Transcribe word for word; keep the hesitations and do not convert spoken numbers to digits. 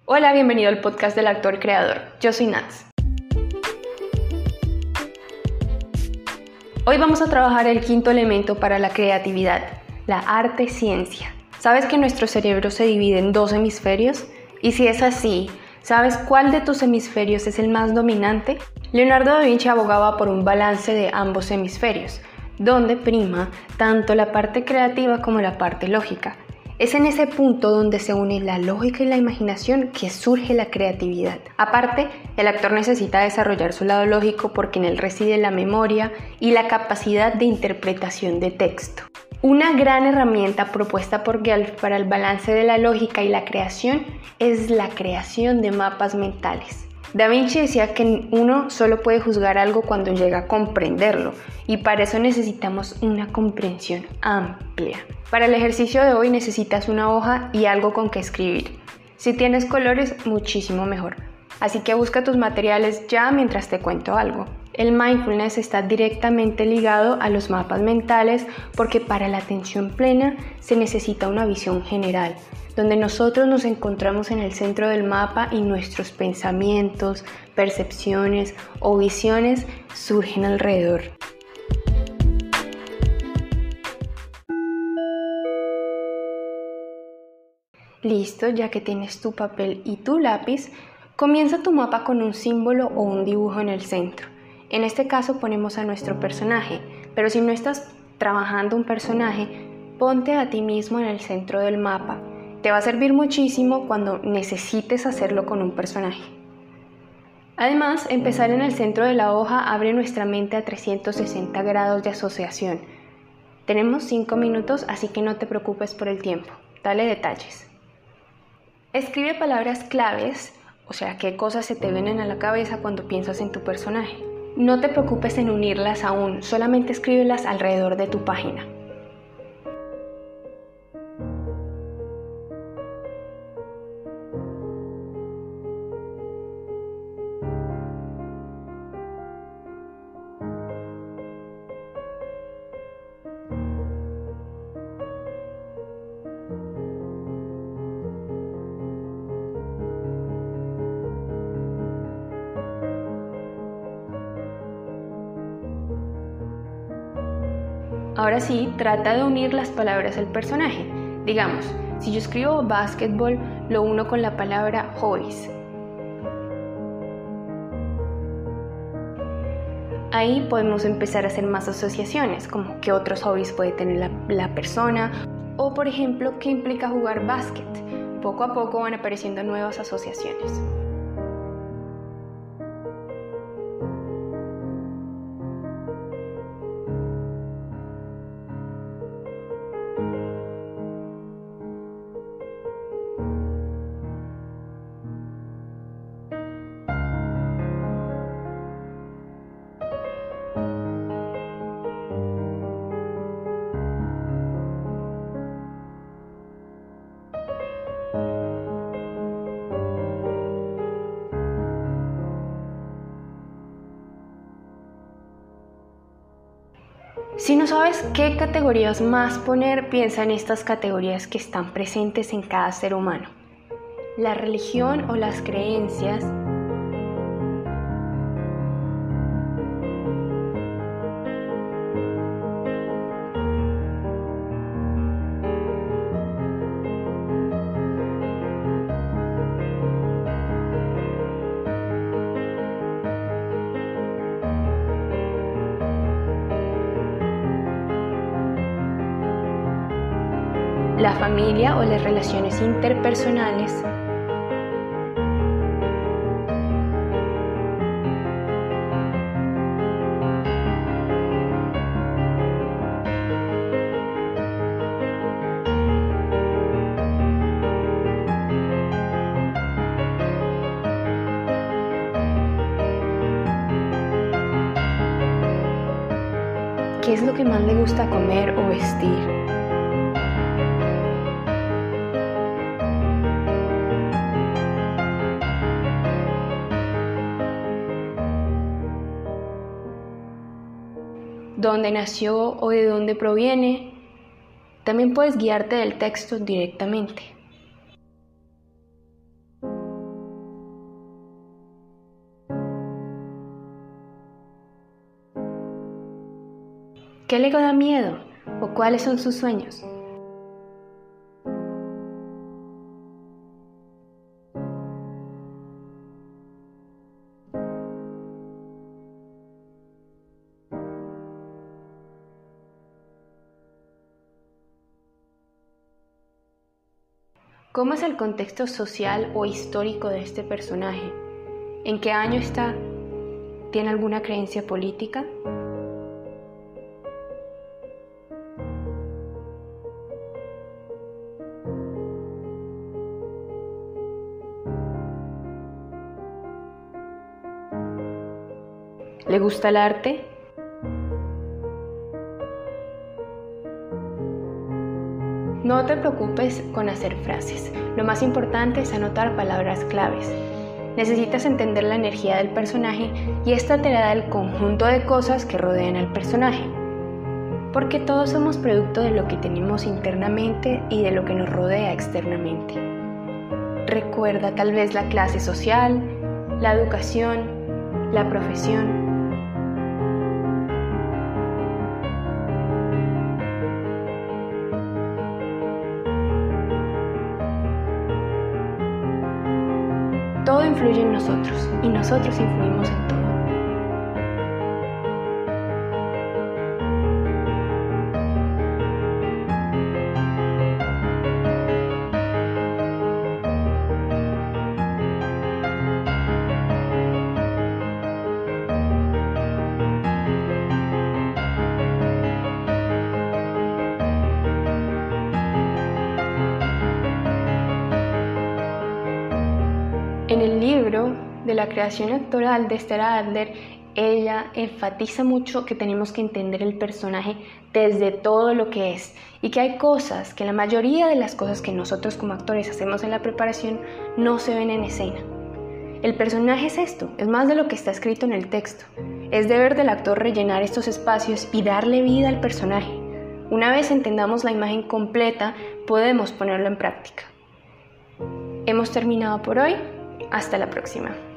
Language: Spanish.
Hola, bienvenido al podcast del actor creador. Yo soy Nats. Hoy vamos a trabajar el quinto elemento para la creatividad, la arte-ciencia. ¿Sabes que nuestro cerebro se divide en dos hemisferios? Y si es así, ¿sabes cuál de tus hemisferios es el más dominante? Leonardo da Vinci abogaba por un balance de ambos hemisferios, donde prima tanto la parte creativa como la parte lógica. Es en ese punto donde se une la lógica y la imaginación que surge la creatividad. Aparte, el actor necesita desarrollar su lado lógico porque en él reside la memoria y la capacidad de interpretación de texto. Una gran herramienta propuesta por Guelph para el balance de la lógica y la creación es la creación de mapas mentales. Da Vinci decía que uno solo puede juzgar algo cuando llega a comprenderlo, y para eso necesitamos una comprensión amplia. Para el ejercicio de hoy necesitas una hoja y algo con que escribir. Si tienes colores, muchísimo mejor. Así que busca tus materiales ya mientras te cuento algo. El mindfulness está directamente ligado a los mapas mentales porque para la atención plena se necesita una visión general, donde nosotros nos encontramos en el centro del mapa y nuestros pensamientos, percepciones o visiones surgen alrededor. Listo, ya que tienes tu papel y tu lápiz, comienza tu mapa con un símbolo o un dibujo en el centro. En este caso ponemos a nuestro personaje, pero si no estás trabajando un personaje, ponte a ti mismo en el centro del mapa. Te va a servir muchísimo cuando necesites hacerlo con un personaje. Además, empezar en el centro de la hoja abre nuestra mente a trescientos sesenta grados de asociación. Tenemos cinco minutos, así que no te preocupes por el tiempo. Dale detalles. Escribe palabras claves, o sea, qué cosas se te vienen a la cabeza cuando piensas en tu personaje. No te preocupes en unirlas aún, solamente escríbelas alrededor de tu página. Ahora sí, trata de unir las palabras al personaje. Digamos, si yo escribo basketball, lo uno con la palabra hobbies. Ahí podemos empezar a hacer más asociaciones, como qué otros hobbies puede tener la, la persona, o por ejemplo, qué implica jugar básquet. Poco a poco van apareciendo nuevas asociaciones. Si no sabes qué categorías más poner, piensa en estas categorías que están presentes en cada ser humano. La religión o las creencias, la familia o las relaciones interpersonales, qué es lo que más le gusta comer o vestir. Dónde nació o de dónde proviene. También puedes guiarte del texto directamente. ¿Qué le da miedo? ¿O cuáles son sus sueños? ¿Cómo es el contexto social o histórico de este personaje? ¿En qué año está? ¿Tiene alguna creencia política? ¿Le gusta el arte? No te preocupes con hacer frases. Lo más importante es anotar palabras claves. Necesitas entender la energía del personaje y esta te la da el conjunto de cosas que rodean al personaje. Porque todos somos producto de lo que tenemos internamente y de lo que nos rodea externamente. Recuerda tal vez la clase social, la educación, la profesión. Todo influye en nosotros y nosotros influimos en todo. En el libro de la creación actoral de Esther Adler, ella enfatiza mucho que tenemos que entender el personaje desde todo lo que es y que hay cosas, que la mayoría de las cosas que nosotros como actores hacemos en la preparación no se ven en escena. El personaje es esto, es más de lo que está escrito en el texto. Es deber del actor rellenar estos espacios y darle vida al personaje. Una vez entendamos la imagen completa, podemos ponerlo en práctica. Hemos terminado por hoy. Hasta la próxima.